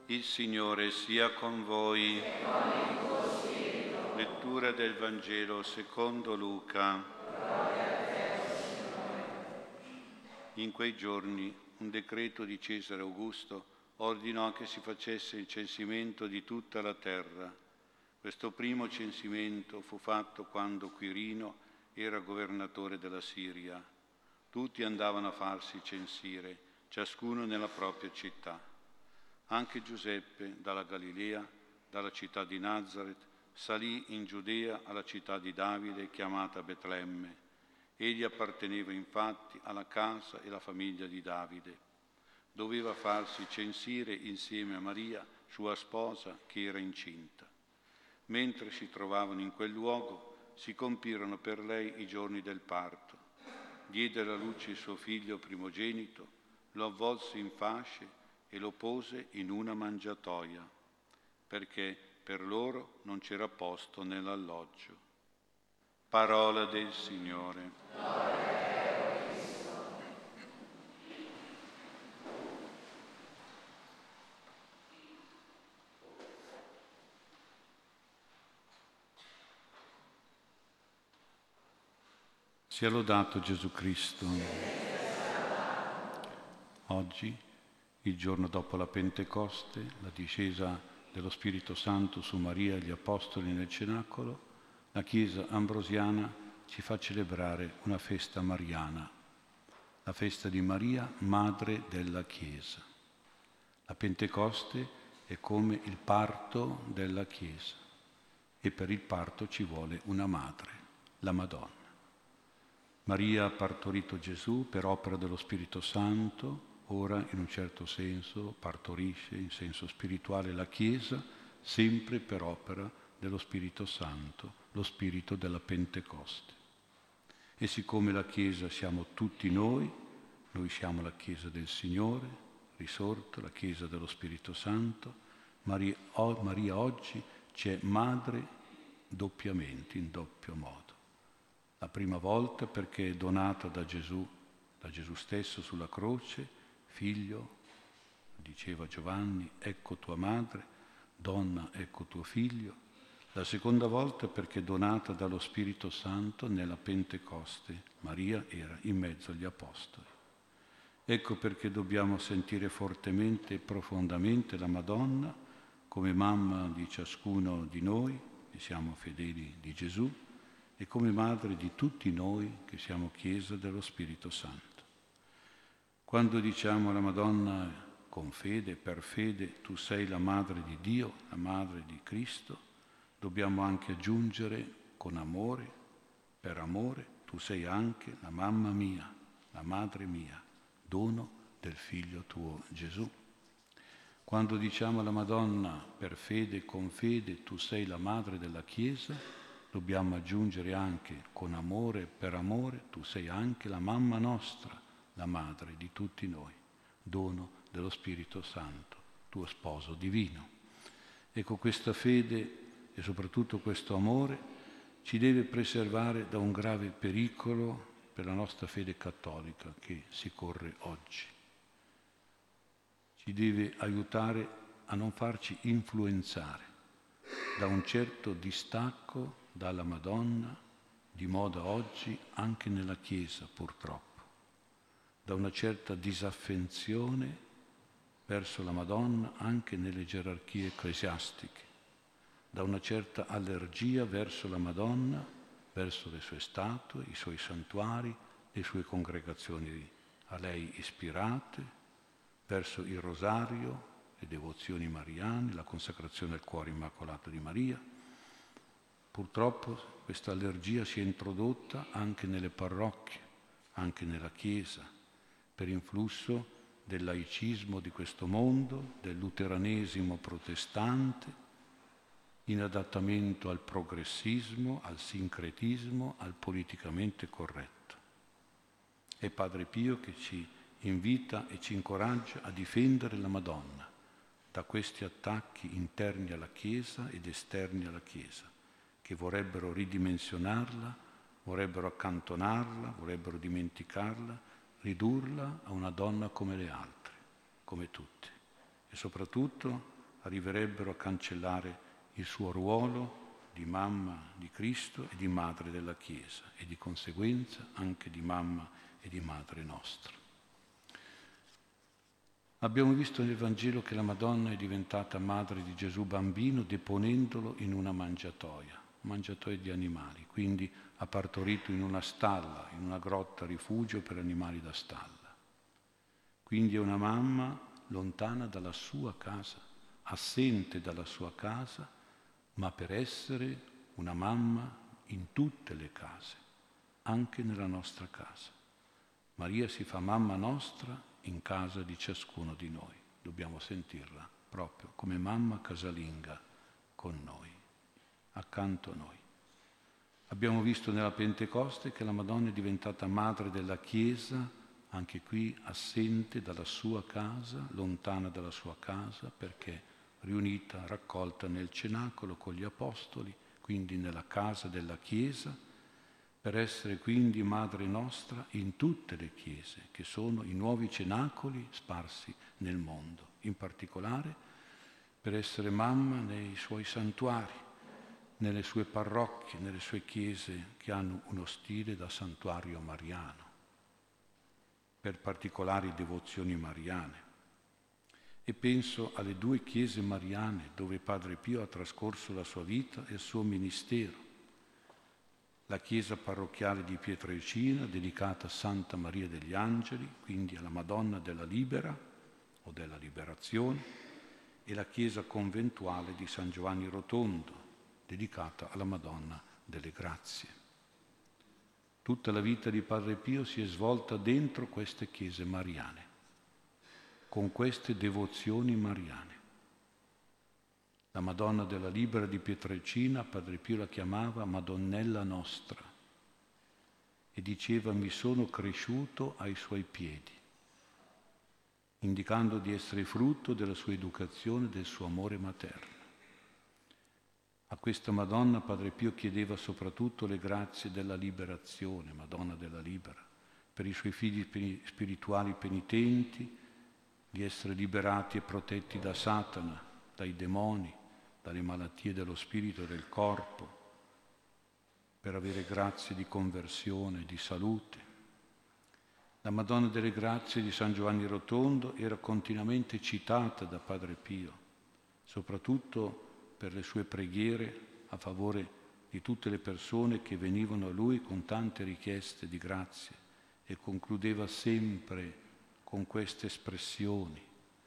Il Signore sia con voi. E con il tuo spirito. Lettura del Vangelo secondo Luca. Gloria a te, Signore. In quei giorni un decreto di Cesare Augusto ordinò che si facesse il censimento di tutta la terra. Questo primo censimento fu fatto quando Quirino era governatore della Siria. Tutti andavano a farsi censire, ciascuno nella propria città. Anche Giuseppe, dalla Galilea, dalla città di Nazaret, salì in Giudea alla città di Davide, chiamata Betlemme. Egli apparteneva infatti alla casa e alla famiglia di Davide. Doveva farsi censire insieme a Maria, sua sposa, che era incinta. Mentre si trovavano in quel luogo, si compirono per lei i giorni del parto. Diede alla luce il suo figlio primogenito, lo avvolse in fasce e lo pose in una mangiatoia, perché per loro non c'era posto nell'alloggio. Parola del Signore. Gloria a te, Cristo. Sia lodato Gesù Cristo. Oggi, il giorno dopo la Pentecoste, la discesa dello Spirito Santo su Maria e gli Apostoli nel Cenacolo, la Chiesa ambrosiana ci fa celebrare una festa mariana, la festa di Maria, Madre della Chiesa. La Pentecoste è come il parto della Chiesa e per il parto ci vuole una madre, la Madonna. Maria ha partorito Gesù per opera dello Spirito Santo, ora in un certo senso partorisce in senso spirituale la Chiesa, sempre per opera dello Spirito Santo, lo Spirito della Pentecoste. E siccome la Chiesa siamo tutti noi siamo la Chiesa del Signore, risorta, la Chiesa dello Spirito Santo, Maria oggi ci è madre doppiamente, in doppio modo. La prima volta perché è donata da Gesù stesso sulla croce, figlio, diceva Giovanni, ecco tua madre, donna, ecco tuo figlio. La seconda volta perché è donata dallo Spirito Santo nella Pentecoste. Maria era in mezzo agli Apostoli. Ecco perché dobbiamo sentire fortemente e profondamente la Madonna come mamma di ciascuno di noi, che siamo fedeli di Gesù, e come madre di tutti noi che siamo Chiesa dello Spirito Santo. Quando diciamo alla Madonna con fede, per fede, tu sei la madre di Dio, la madre di Cristo, dobbiamo anche aggiungere con amore, per amore, tu sei anche la mamma mia, la madre mia, dono del Figlio tuo Gesù. Quando diciamo alla Madonna per fede, con fede, tu sei la madre della Chiesa, dobbiamo aggiungere anche con amore, per amore, tu sei anche la mamma nostra, la madre di tutti noi, dono dello Spirito Santo, tuo sposo divino. Ecco, questa fede e soprattutto questo amore ci deve preservare da un grave pericolo per la nostra fede cattolica che si corre oggi. Ci deve aiutare a non farci influenzare da un certo distacco dalla Madonna, di moda oggi anche nella Chiesa purtroppo, da una certa disaffezione verso la Madonna anche nelle gerarchie ecclesiastiche, da una certa allergia verso la Madonna, verso le sue statue, i suoi santuari, le sue congregazioni a lei ispirate, verso il rosario, le devozioni mariane, la consacrazione al cuore immacolato di Maria. Purtroppo questa allergia si è introdotta anche nelle parrocchie, anche nella Chiesa, per influsso del laicismo di questo mondo, del luteranesimo protestante, in adattamento al progressismo, al sincretismo, al politicamente corretto. È Padre Pio che ci invita e ci incoraggia a difendere la Madonna da questi attacchi interni alla Chiesa ed esterni alla Chiesa, che vorrebbero ridimensionarla, vorrebbero accantonarla, vorrebbero dimenticarla, ridurla a una donna come le altre, come tutte. E soprattutto arriverebbero a cancellare il suo ruolo di mamma di Cristo e di madre della Chiesa e di conseguenza anche di mamma e di madre nostra. Abbiamo visto nel Vangelo che la Madonna è diventata madre di Gesù bambino deponendolo in una mangiatoia di animali, quindi ha partorito in una stalla, in una grotta rifugio per animali da stalla. Quindi è una mamma lontana dalla sua casa, assente dalla sua casa, ma per essere una mamma in tutte le case, anche nella nostra casa. Maria si fa mamma nostra in casa di ciascuno di noi. Dobbiamo sentirla proprio come mamma casalinga con noi, accanto a noi. Abbiamo visto nella Pentecoste che la Madonna è diventata madre della Chiesa, anche qui assente dalla sua casa, lontana dalla sua casa, perché riunita, raccolta nel cenacolo con gli apostoli, quindi nella casa della Chiesa, per essere quindi madre nostra in tutte le chiese, che sono i nuovi cenacoli sparsi nel mondo, in particolare per essere mamma nei suoi santuari, nelle sue parrocchie, nelle sue chiese che hanno uno stile da santuario mariano, per particolari devozioni mariane. E penso alle 2 chiese mariane dove Padre Pio ha trascorso la sua vita e il suo ministero. La chiesa parrocchiale di Pietrelcina, dedicata a Santa Maria degli Angeli, quindi alla Madonna della Libera o della Liberazione, e la chiesa conventuale di San Giovanni Rotondo, dedicata alla Madonna delle Grazie. Tutta la vita di Padre Pio si è svolta dentro queste chiese mariane, con queste devozioni mariane. La Madonna della Libera di Pietrelcina, Padre Pio la chiamava Madonnella nostra e diceva: mi sono cresciuto ai suoi piedi, indicando di essere frutto della sua educazione e del suo amore materno. A questa Madonna Padre Pio chiedeva soprattutto le grazie della liberazione, Madonna della Libera, per i suoi figli spirituali penitenti, di essere liberati e protetti da Satana, dai demoni, dalle malattie dello spirito e del corpo, per avere grazie di conversione, di salute. La Madonna delle Grazie di San Giovanni Rotondo era continuamente citata da Padre Pio, soprattutto per le sue preghiere a favore di tutte le persone che venivano a lui con tante richieste di grazie, e concludeva sempre con queste espressioni: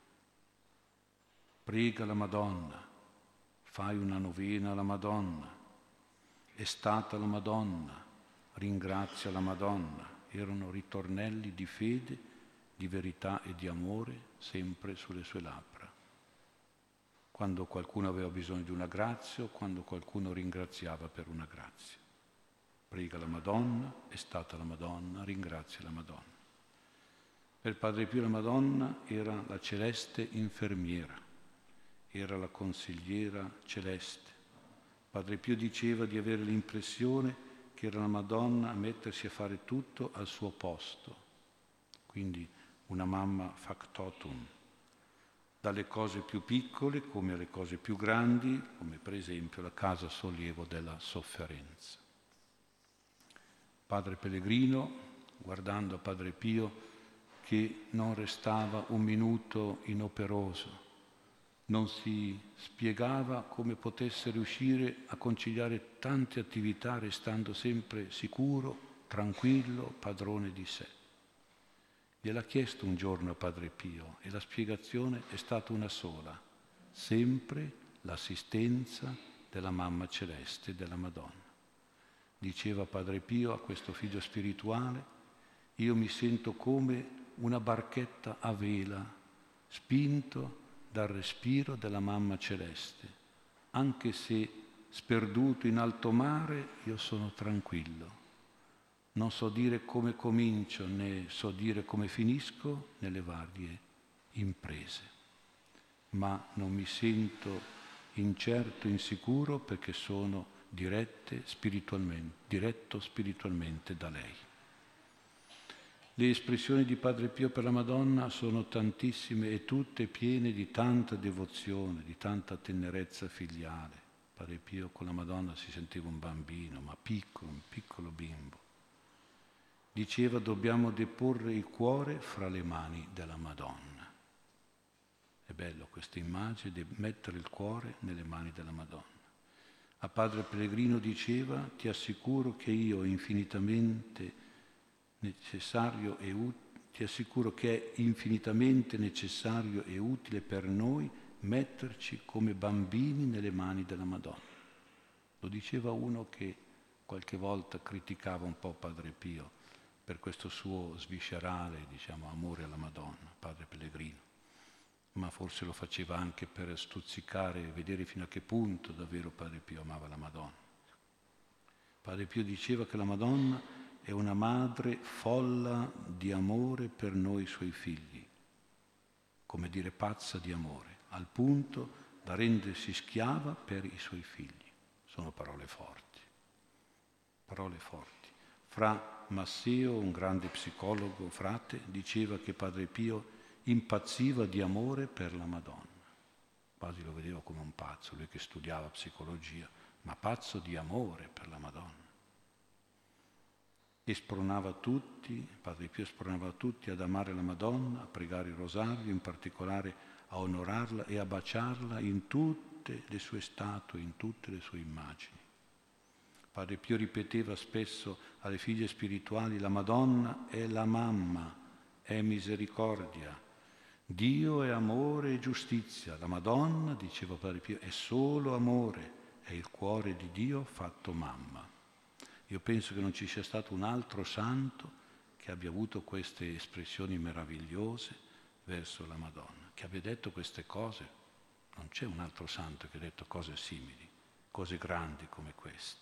prega la Madonna, fai una novena alla Madonna, è stata la Madonna, ringrazia la Madonna. Erano ritornelli di fede, di verità e di amore sempre sulle sue labbra. Quando qualcuno aveva bisogno di una grazia o quando qualcuno ringraziava per una grazia. Prega la Madonna, è stata la Madonna, ringrazia la Madonna. Per Padre Pio la Madonna era la celeste infermiera, era la consigliera celeste. Padre Pio diceva di avere l'impressione che era la Madonna a mettersi a fare tutto al suo posto, quindi una mamma factotum, dalle cose più piccole come alle cose più grandi, come per esempio la casa sollievo della sofferenza. Padre Pellegrino, guardando a Padre Pio, che non restava un minuto inoperoso, non si spiegava come potesse riuscire a conciliare tante attività restando sempre sicuro, tranquillo, padrone di sé. Gliel'ha chiesto un giorno a Padre Pio e la spiegazione è stata una sola: sempre l'assistenza della Mamma Celeste, della Madonna. Diceva Padre Pio a questo figlio spirituale: io mi sento come una barchetta a vela, spinto dal respiro della Mamma Celeste. Anche se sperduto in alto mare, io sono tranquillo. Non so dire come comincio, né so dire come finisco nelle varie imprese. Ma non mi sento incerto, insicuro, perché sono diretto spiritualmente da lei. Le espressioni di Padre Pio per la Madonna sono tantissime e tutte piene di tanta devozione, di tanta tenerezza filiale. Padre Pio con la Madonna si sentiva un bambino, ma piccolo, un piccolo bimbo. Diceva: dobbiamo deporre il cuore fra le mani della Madonna. È bello questa immagine di mettere il cuore nelle mani della Madonna. A Padre Pellegrino diceva: ti assicuro che io infinitamente necessario e ti assicuro che è infinitamente necessario e utile per noi metterci come bambini nelle mani della Madonna. Lo diceva uno che qualche volta criticava un po' Padre Pio per questo suo sviscerale, amore alla Madonna, Padre Pellegrino, ma forse lo faceva anche per stuzzicare e vedere fino a che punto davvero Padre Pio amava la Madonna. Padre Pio diceva che la Madonna è una madre folla di amore per noi suoi figli, come dire pazza di amore, al punto da rendersi schiava per i suoi figli. Sono parole forti, parole forti. Fra Masseo, un grande psicologo, frate, diceva che Padre Pio impazziva di amore per la Madonna. Quasi lo vedeva come un pazzo, lui che studiava psicologia, ma pazzo di amore per la Madonna. E spronava tutti, Padre Pio spronava tutti ad amare la Madonna, a pregare il rosario, in particolare a onorarla e a baciarla in tutte le sue statue, in tutte le sue immagini. Padre Pio ripeteva spesso alle figlie spirituali: la Madonna è la mamma, è misericordia, Dio è amore e giustizia. La Madonna, diceva Padre Pio, è solo amore, è il cuore di Dio fatto mamma. Io penso che non ci sia stato un altro santo che abbia avuto queste espressioni meravigliose verso la Madonna, che abbia detto queste cose. Non c'è un altro santo che ha detto cose simili, cose grandi come queste.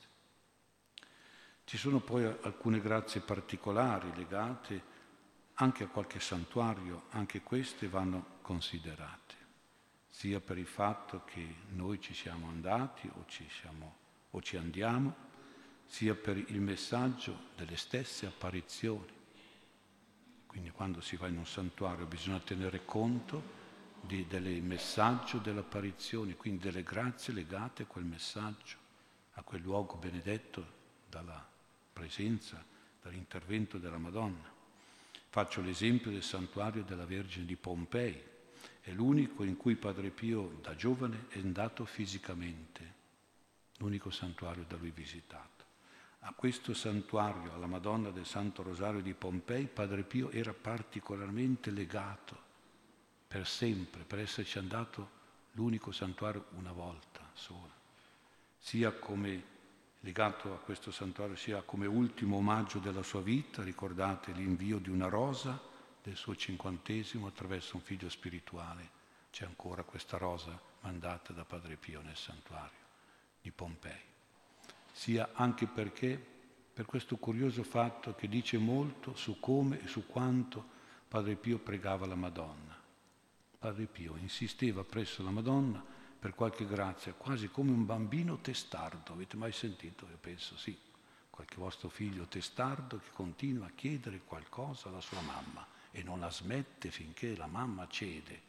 Ci sono poi alcune grazie particolari legate anche a qualche santuario, anche queste vanno considerate, sia per il fatto che noi ci siamo andati o ci andiamo, sia per il messaggio delle stesse apparizioni. Quindi quando si va in un santuario bisogna tenere conto del messaggio delle apparizioni, quindi delle grazie legate a quel messaggio, a quel luogo benedetto dalla presenza, dall'intervento della Madonna. Faccio l'esempio del santuario della Vergine di Pompei, è l'unico in cui Padre Pio da giovane è andato fisicamente, l'unico santuario da lui visitato. A questo santuario, alla Madonna del Santo Rosario di Pompei, Padre Pio era particolarmente legato per sempre, per esserci andato l'unico santuario una volta sola, sia come legato a questo santuario, sia come ultimo omaggio della sua vita. Ricordate l'invio di una rosa del suo 50° attraverso un figlio spirituale. C'è ancora questa rosa mandata da Padre Pio nel santuario di Pompei. Sia anche perché, per questo curioso fatto che dice molto su come e su quanto Padre Pio pregava la Madonna. Padre Pio insisteva presso la Madonna per qualche grazia, quasi come un bambino testardo. Avete mai sentito? Io penso sì, qualche vostro figlio testardo che continua a chiedere qualcosa alla sua mamma e non la smette finché la mamma cede.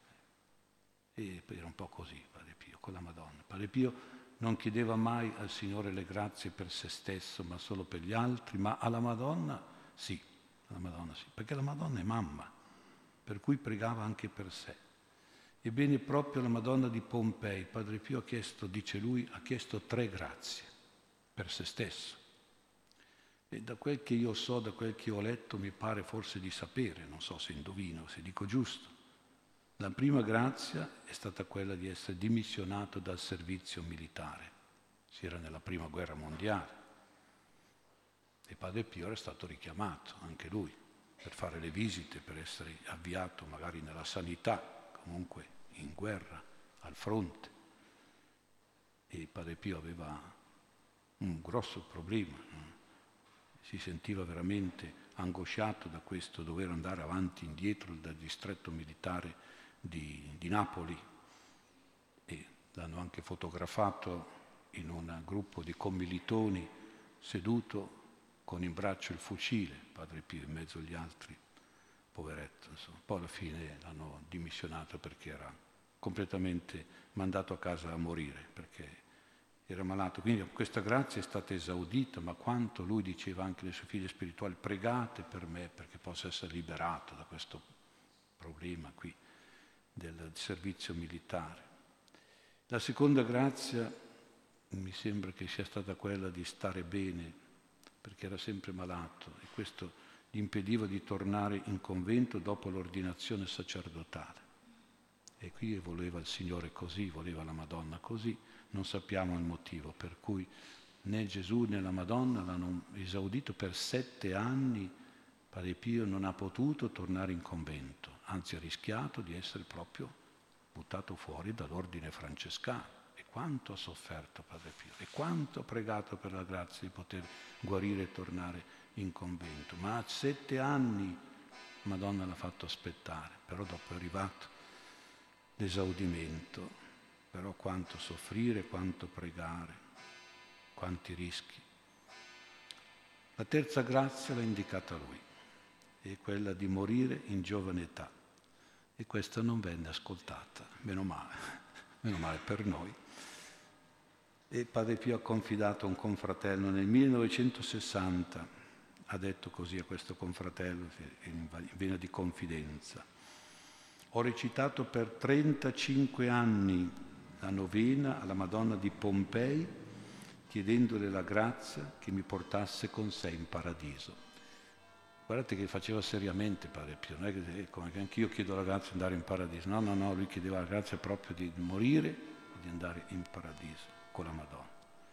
E era un po' così Padre Pio con la Madonna. Padre Pio non chiedeva mai al Signore le grazie per se stesso, ma solo per gli altri, ma alla Madonna sì, perché la Madonna è mamma, per cui pregava anche per sé. Ebbene, proprio alla Madonna di Pompei, Padre Pio ha chiesto, dice lui, ha chiesto 3 grazie per se stesso. E da quel che io so, da quel che ho letto, mi pare forse di sapere, non so se indovino, se dico giusto. La prima grazia è stata quella di essere dimissionato dal servizio militare. Si era nella Prima Guerra Mondiale. E Padre Pio era stato richiamato, anche lui, per fare le visite, per essere avviato magari nella sanità, comunque in guerra, al fronte. E Padre Pio aveva un grosso problema, si sentiva veramente angosciato da questo dover andare avanti e indietro dal distretto militare di Napoli, e l'hanno anche fotografato in un gruppo di commilitoni seduto con in braccio il fucile, Padre Pio in mezzo agli altri, poveretto, insomma. Poi alla fine l'hanno dimissionato perché era completamente mandato a casa a morire, perché era malato. Quindi questa grazia è stata esaudita, ma quanto lui diceva anche alle sue figlie spirituali: pregate per me perché possa essere liberato da questo problema qui del servizio militare. La seconda grazia mi sembra che sia stata quella di stare bene, perché era sempre malato e questo gli impediva di tornare in convento dopo l'ordinazione sacerdotale. E qui voleva il Signore così, voleva la Madonna così, non sappiamo il motivo per cui né Gesù né la Madonna l'hanno esaudito per 7 anni. Padre Pio non ha potuto tornare in convento, anzi ha rischiato di essere proprio buttato fuori dall'ordine francescano. E quanto ha sofferto Padre Pio, e quanto ha pregato per la grazia di poter guarire e tornare in convento. Ma a 7 anni Madonna l'ha fatto aspettare, però dopo è arrivato l'esaudimento. Però quanto soffrire, quanto pregare, quanti rischi. La terza grazia l'ha indicata lui, è quella di morire in giovane età. E questa non venne ascoltata, meno male per noi. E Padre Pio ha confidato a un confratello nel 1960, ha detto così a questo confratello in vena di confidenza: ho recitato per 35 anni la novena alla Madonna di Pompei, chiedendole la grazia che mi portasse con sé in paradiso. Guardate che faceva seriamente Padre Pio, non è che come che anch'io chiedo la grazia di andare in paradiso. No, lui chiedeva la grazia proprio di morire e di andare in paradiso con la Madonna.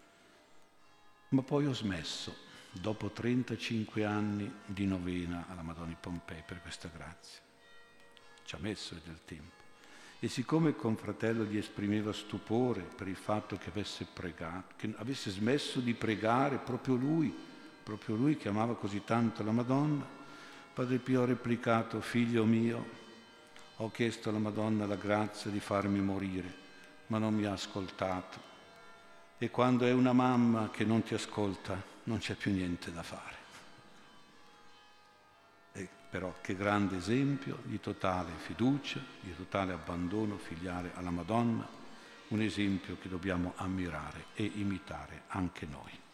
Ma poi ho smesso, dopo 35 anni di novena alla Madonna di Pompei, per questa grazia. Ci ha messo del tempo. E siccome il confratello gli esprimeva stupore per il fatto che avesse pregato, che avesse smesso di pregare proprio lui che amava così tanto la Madonna, Padre Pio ha replicato: figlio mio, ho chiesto alla Madonna la grazia di farmi morire, ma non mi ha ascoltato. E quando è una mamma che non ti ascolta, non c'è più niente da fare. Però che grande esempio di totale fiducia, di totale abbandono filiale alla Madonna, un esempio che dobbiamo ammirare e imitare anche noi.